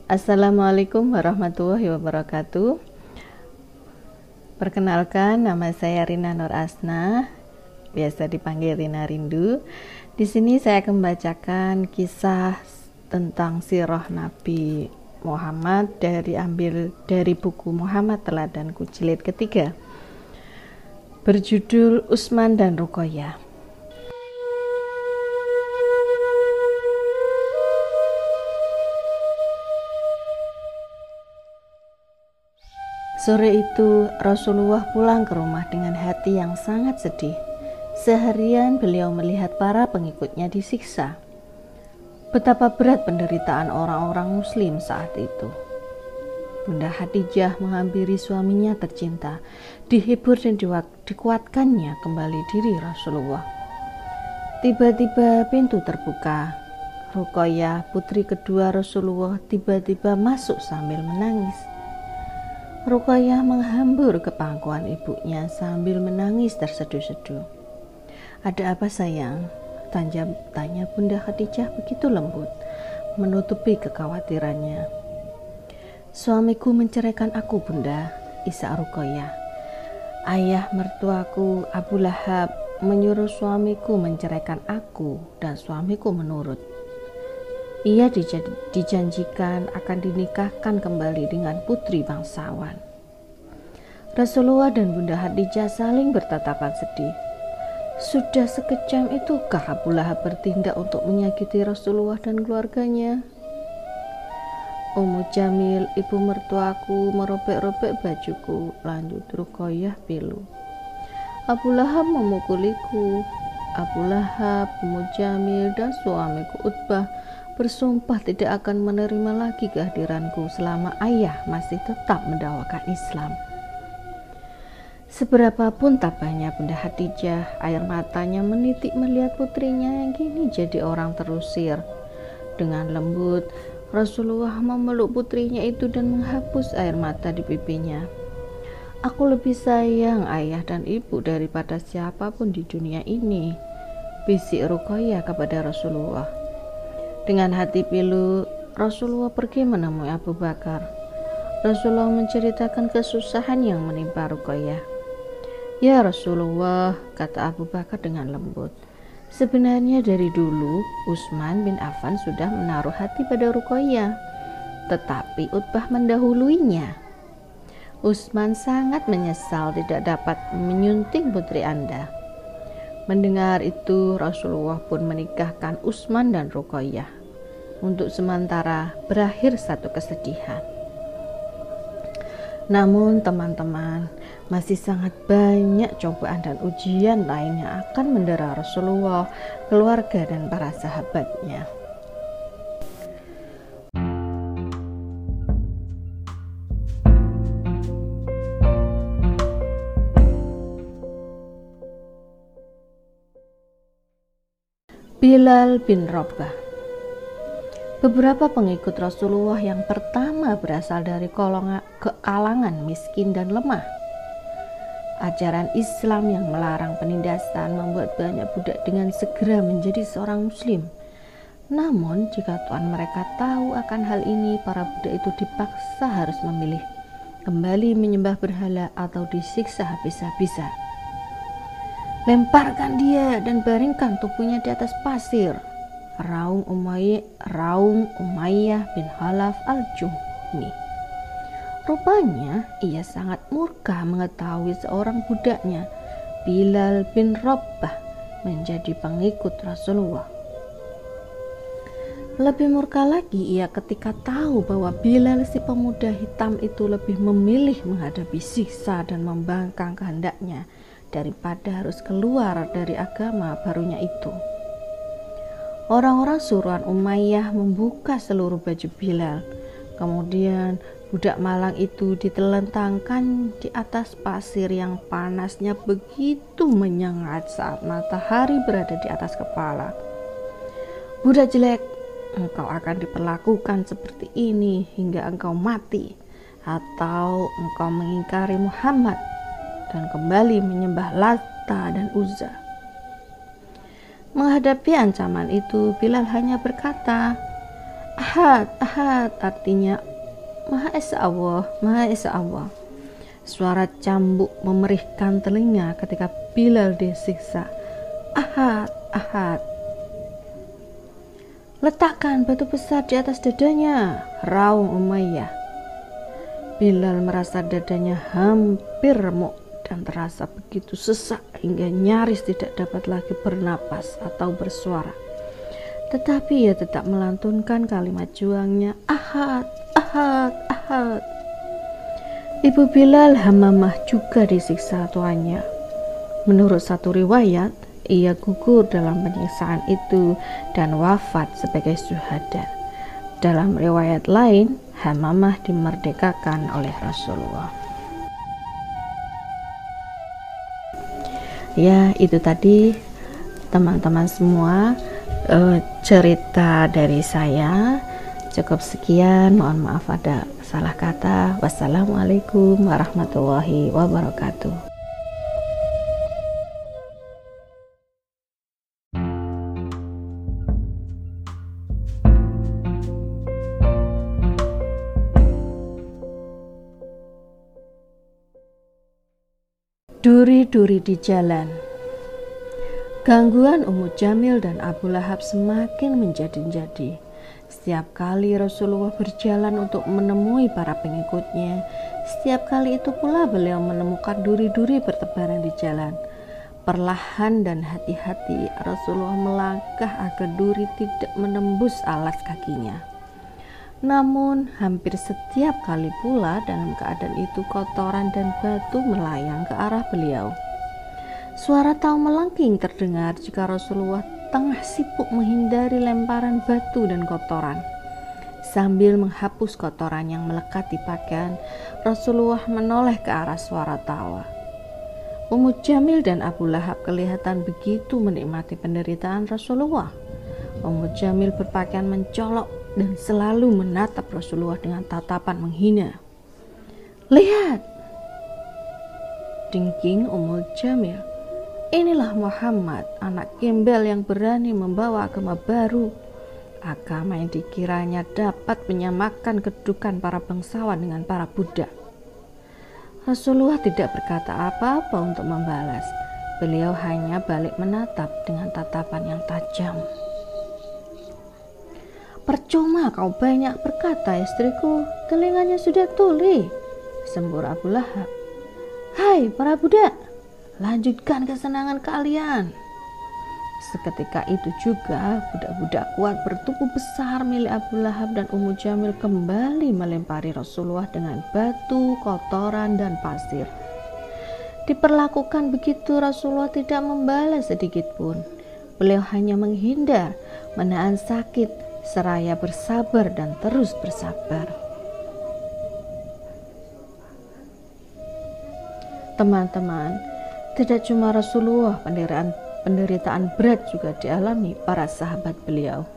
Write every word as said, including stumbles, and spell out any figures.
Assalamualaikum warahmatullahi wabarakatuh. Perkenalkan, nama saya Rina Nur Asna, biasa dipanggil Rina Rindu. Di sini saya akan membacakan kisah tentang sirah Nabi Muhammad dari ambil dari buku Muhammad Teladanku jilid ketiga, berjudul Utsman dan Ruqayyah. Sore itu Rasulullah pulang ke rumah dengan hati yang sangat sedih. Seharian beliau melihat para pengikutnya disiksa. Betapa berat penderitaan orang-orang muslim saat itu. Bunda Khadijah menghampiri suaminya tercinta, dihibur dan dikuatkannya kembali diri Rasulullah. Tiba-tiba pintu terbuka. Ruqayyah, putri kedua Rasulullah, tiba-tiba masuk sambil menangis. Ruqayyah menghambur ke pangkuan ibunya sambil menangis terseduh-seduh. "Ada apa sayang?" Tanya, tanya Bunda Khadijah begitu lembut, menutupi kekhawatirannya. "Suamiku menceraikan aku, Bunda," isak Ruqayyah. "Ayah mertuaku Abu Lahab menyuruh suamiku menceraikan aku dan suamiku menurut. Ia dijanjikan akan dinikahkan kembali dengan putri bangsawan." Rasulullah dan Bunda Khadijah saling bertatapan sedih. Sudah sekejam itukah Abu Lahab bertindak untuk menyakiti Rasulullah dan keluarganya? "Ummu Jamil, ibu mertuaku, merobek-robek bajuku," lanjut Ruqayyah pilu. "Abu Lahab memukuliku. Abu Lahab, Ummu Jamil, dan suamiku Utbah bersumpah tidak akan menerima lagi kehadiranku selama ayah masih tetap mendakwakan Islam." Seberapapun tabahnya Bunda Khadijah, air matanya menitik melihat putrinya yang kini jadi orang terusir. Dengan lembut, Rasulullah memeluk putrinya itu dan menghapus air mata di pipinya. "Aku lebih sayang ayah dan ibu daripada siapapun di dunia ini," bisik Ruqayyah kepada Rasulullah. Dengan hati pilu, Rasulullah pergi menemui Abu Bakar. Rasulullah menceritakan kesusahan yang menimpa Ruqayyah. "Ya Rasulullah," kata Abu Bakar dengan lembut, "sebenarnya dari dulu Utsman bin Affan sudah menaruh hati pada Ruqayyah, tetapi Utbah mendahuluinya. Utsman sangat menyesal tidak dapat menyunting putri Anda." Mendengar itu, Rasulullah pun menikahkan Utsman dan Ruqayyah. Untuk sementara berakhir satu kesedihan. Namun teman-teman, masih sangat banyak cobaan dan ujian lain yang akan mendera Rasulullah, keluarga, dan para sahabatnya. Bilal bin Rabah. Beberapa pengikut Rasulullah yang pertama berasal dari kalangan miskin dan lemah. Ajaran Islam yang melarang penindasan membuat banyak budak dengan segera menjadi seorang muslim. Namun jika Tuhan mereka tahu akan hal ini, para budak itu dipaksa harus memilih kembali menyembah berhala atau disiksa habis-habisan. "Lemparkan dia dan baringkan tubuhnya di atas pasir," Raung Umayyah, Raung Umayyah bin Khalaf al-Juhni. Rupanya ia sangat murka mengetahui seorang budaknya, Bilal bin Rabah, menjadi pengikut Rasulullah. Lebih murka lagi ia ketika tahu bahwa Bilal si pemuda hitam itu lebih memilih menghadapi siksa dan membangkang kehendaknya daripada harus keluar dari agama barunya itu. Orang-orang suruhan Umayyah membuka seluruh baju Bilal. Kemudian budak malang itu ditelentangkan di atas pasir yang panasnya begitu menyengat saat matahari berada di atas kepala. "Budak jelek, engkau akan diperlakukan seperti ini hingga engkau mati, atau engkau mengingkari Muhammad dan kembali menyembah Lata dan Uzza." Menghadapi ancaman itu, Bilal hanya berkata, Ahad, Ahad artinya Maha Esa Allah, Maha Esa Allah. Suara cambuk memerihkan telinga ketika Bilal disiksa. Ahad, Ahad. Letakkan batu besar di atas dadanya, raung Umayyah. Bilal merasa dadanya hampir remuk dan terasa begitu sesak hingga nyaris tidak dapat lagi bernapas atau bersuara. Tetapi ia tetap melantunkan kalimat juangnya, Ahad, Ahad, Ahad. Ibu Bilal Hamamah juga disiksa tuannya. Menurut satu riwayat, ia gugur dalam penyiksaan itu dan wafat sebagai syuhada. Dalam riwayat lain, Hamamah dimerdekakan oleh Rasulullah. Ya, itu tadi teman-teman semua uh, cerita dari saya. Cukup sekian, mohon maaf ada salah kata. Wassalamualaikum warahmatullahi wabarakatuh. Duri-duri di jalan. Gangguan Ummu Jamil dan Abu Lahab semakin menjadi-jadi. Setiap kali Rasulullah berjalan untuk menemui para pengikutnya, setiap kali itu pula beliau menemukan duri-duri bertebaran di jalan. Perlahan dan hati-hati Rasulullah melangkah agar duri tidak menembus alas kakinya. Namun hampir setiap kali pula dalam keadaan itu kotoran dan batu melayang ke arah beliau. Suara tahu melengking terdengar jika Rasulullah tengah sibuk menghindari lemparan batu dan kotoran. Sambil menghapus kotoran yang melekat di pakaian, Rasulullah menoleh ke arah suara tawa. Ummu Jamil dan Abu Lahab kelihatan begitu menikmati penderitaan Rasulullah. Ummu Jamil berpakaian mencolok dan selalu menatap Rasulullah dengan tatapan menghina. Lihat, dengking Ummu Jamil. Inilah Muhammad, anak gembel yang berani membawa agama baru. Agama yang dikiranya dapat menyamakan kedudukan para bangsawan dengan para budak. Rasulullah tidak berkata apa-apa untuk membalas. Beliau hanya balik menatap dengan tatapan yang tajam. Percuma kau banyak berkata, istriku, telinganya sudah tuli, sembur Abu Lahab. Hai para budak, lanjutkan kesenangan kalian. Seketika itu juga budak-budak kuat bertubuh besar milik Abu Lahab dan Ummu Jamil kembali melempari Rasulullah dengan batu, kotoran, dan pasir. Diperlakukan begitu, Rasulullah tidak membalas sedikit pun. Beliau hanya menghindar, menahan sakit, seraya bersabar dan terus bersabar. Teman-teman, tidak cuma Rasulullah, penderitaan penderitaan berat juga dialami para sahabat beliau.